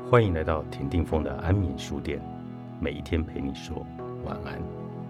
欢迎来到田定峰的安眠书店，每一天陪你说晚安。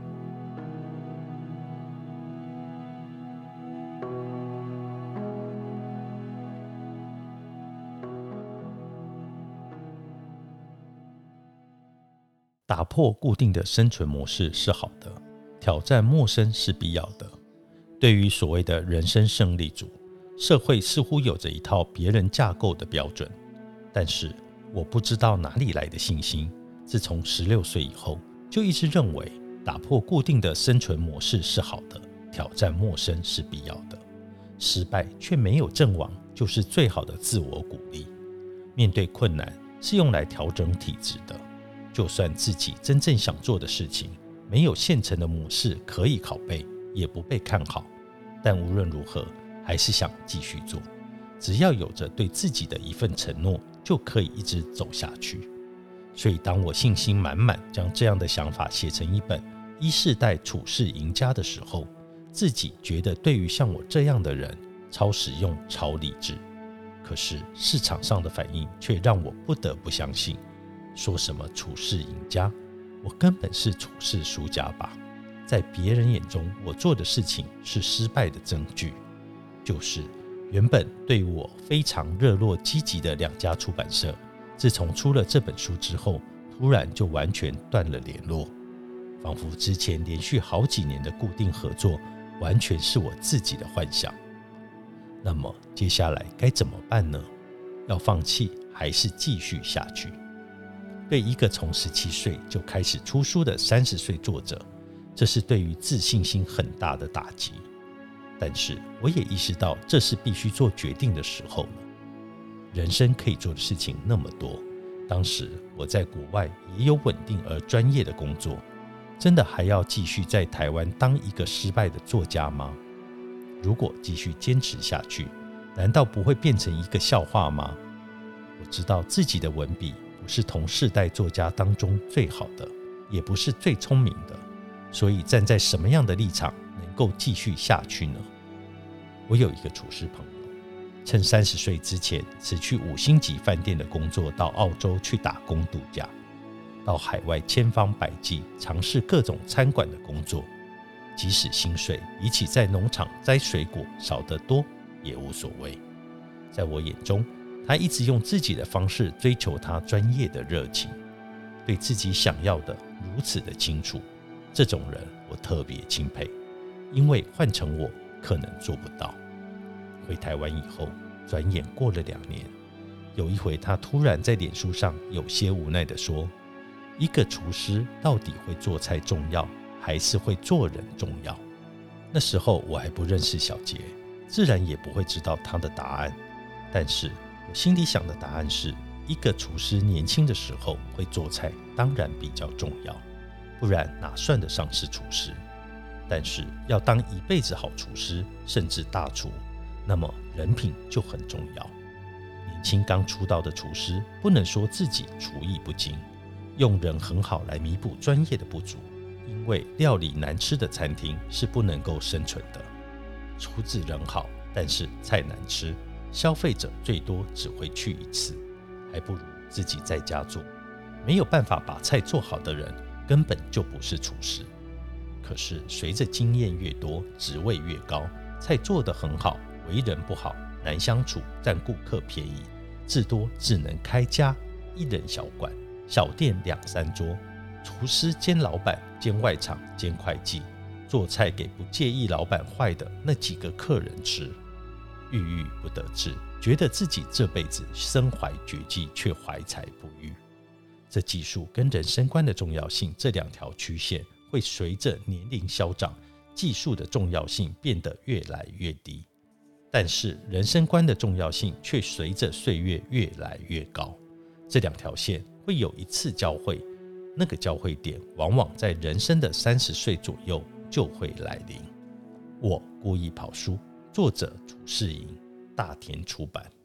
打破固定的生存模式是好的，挑战陌生是必要的。对于所谓的人生胜利组，社会似乎有着一套别人架构的标准，但是我不知道哪里来的信心，自从16岁以后，就一直认为打破固定的生存模式是好的，挑战陌生是必要的。失败却没有阵亡，就是最好的自我鼓励。面对困难是用来调整体质的，就算自己真正想做的事情没有现成的模式可以拷贝，也不被看好，但无论如何还是想继续做。只要有着对自己的一份承诺，就可以一直走下去。所以当我信心满满将这样的想法写成一本1世代处世赢家的时候，自己觉得对于像我这样的人，超实用超理智。可是市场上的反应却让我不得不相信，说什么处世赢家，我根本是处世输家吧。在别人眼中我做的事情是失败的证据，就是原本对我非常热络积极的2家出版社，自从出了这本书之后，突然就完全断了联络，仿佛之前连续好几年的固定合作完全是我自己的幻想。那么接下来该怎么办呢？要放弃还是继续下去？对一个从17岁就开始出书的30岁作者，这是对于自信心很大的打击。但是我也意识到这是必须做决定的时候了。人生可以做的事情那么多，当时我在国外也有稳定而专业的工作，真的还要继续在台湾当一个失败的作家吗？如果继续坚持下去，难道不会变成一个笑话吗？我知道自己的文笔不是同世代作家当中最好的，也不是最聪明的，所以站在什么样的立场能够继续下去呢？我有一个厨师朋友，趁30岁之前辞去5星级饭店的工作，到澳洲去打工度假，到海外千方百计尝试各种餐馆的工作，即使薪水比起在农场摘水果少得多也无所谓。在我眼中，他一直用自己的方式追求他专业的热情，对自己想要的如此的清楚，这种人我特别钦佩，因为换成我可能做不到。回台湾以后，转眼过了2年，有一回他突然在脸书上有些无奈地说，一个厨师到底会做菜重要，还是会做人重要？那时候我还不认识小杰，自然也不会知道他的答案，但是我心里想的答案是，一个厨师年轻的时候会做菜当然比较重要，不然哪算得上是厨师？但是要当一辈子好厨师，甚至大厨，那么人品就很重要。年轻刚出道的厨师不能说自己厨艺不精，用人很好来弥补专业的不足，因为料理难吃的餐厅是不能够生存的。厨子人好，但是菜难吃，消费者最多只会去1次，还不如自己在家做。没有办法把菜做好的人，根本就不是厨师。可是随着经验越多，职位越高，菜做得很好，为人不好，难相处，占顾客便宜，至多只能开家1人小馆，小店2、3桌，厨师兼老板兼外场兼会计，做菜给不介意老板坏的那几个客人吃。郁郁不得志，觉得自己这辈子身怀绝技，却怀才不遇。这技术跟人生观的重要性这2条曲线，会随着年龄消长，技术的重要性变得越来越低，但是人生观的重要性却随着岁月越来越高。这2条线会有一次交汇，那个交汇点往往在人生的30岁左右就会来临。我故意跑书，作者楚世营，大田出版。